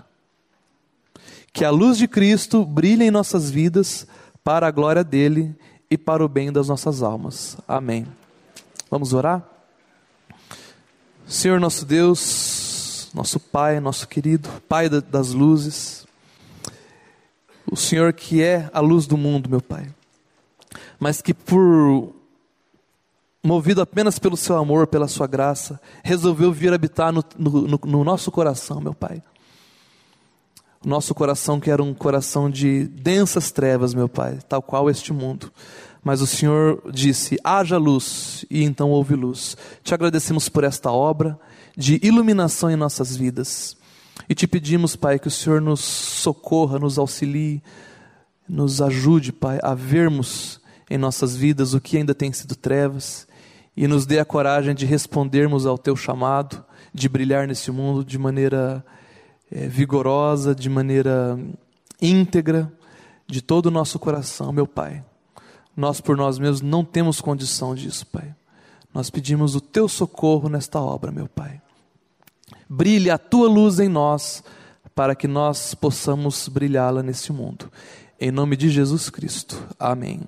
Que a luz de Cristo brilhe em nossas vidas, para a glória dEle e para o bem das nossas almas. Amém. Vamos orar? Senhor nosso Deus, nosso Pai, nosso querido Pai das luzes, o Senhor que é a luz do mundo, meu Pai, mas que por, movido apenas pelo seu amor, pela sua graça, resolveu vir habitar no, no, no nosso coração, meu Pai. O nosso coração que era um coração de densas trevas, meu Pai, tal qual este mundo. Mas o Senhor disse, haja luz, e então houve luz. Te agradecemos por esta obra de iluminação em nossas vidas. E te pedimos, Pai, que o Senhor nos socorra, nos auxilie, nos ajude, Pai, a vermos em nossas vidas o que ainda tem sido trevas, e nos dê a coragem de respondermos ao Teu chamado, de brilhar nesse mundo de maneira é, vigorosa, de maneira íntegra, de todo o nosso coração, meu Pai. Nós por nós mesmos não temos condição disso, Pai. Nós pedimos o Teu socorro nesta obra, meu Pai. Brilhe a Tua luz em nós, para que nós possamos brilhá-la nesse mundo. Em nome de Jesus Cristo. Amém.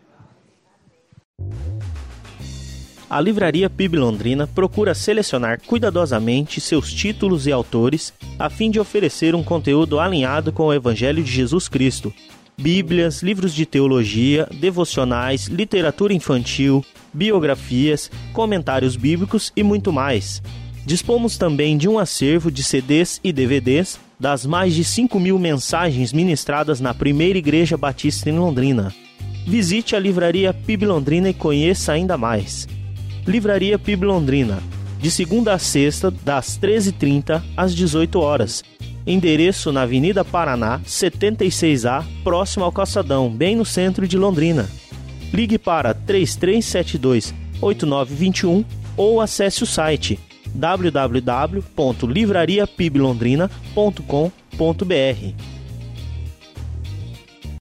A Livraria P I B Londrina procura selecionar cuidadosamente seus títulos e autores, a fim de oferecer um conteúdo alinhado com o Evangelho de Jesus Cristo. Bíblias, livros de teologia, devocionais, literatura infantil, biografias, comentários bíblicos e muito mais. Dispomos também de um acervo de C Ds e D V Ds das mais de cinco mil mensagens ministradas na Primeira Igreja Batista em Londrina. Visite a Livraria P I B Londrina e conheça ainda mais. Livraria P I B Londrina, de segunda a sexta, das treze e trinta às dezoito horas. Endereço na Avenida Paraná, setenta e seis A, próximo ao Calçadão, bem no centro de Londrina. Ligue para três três sete dois, oito nove dois um ou acesse o site w w w ponto livraria p i b londrina ponto com ponto b r.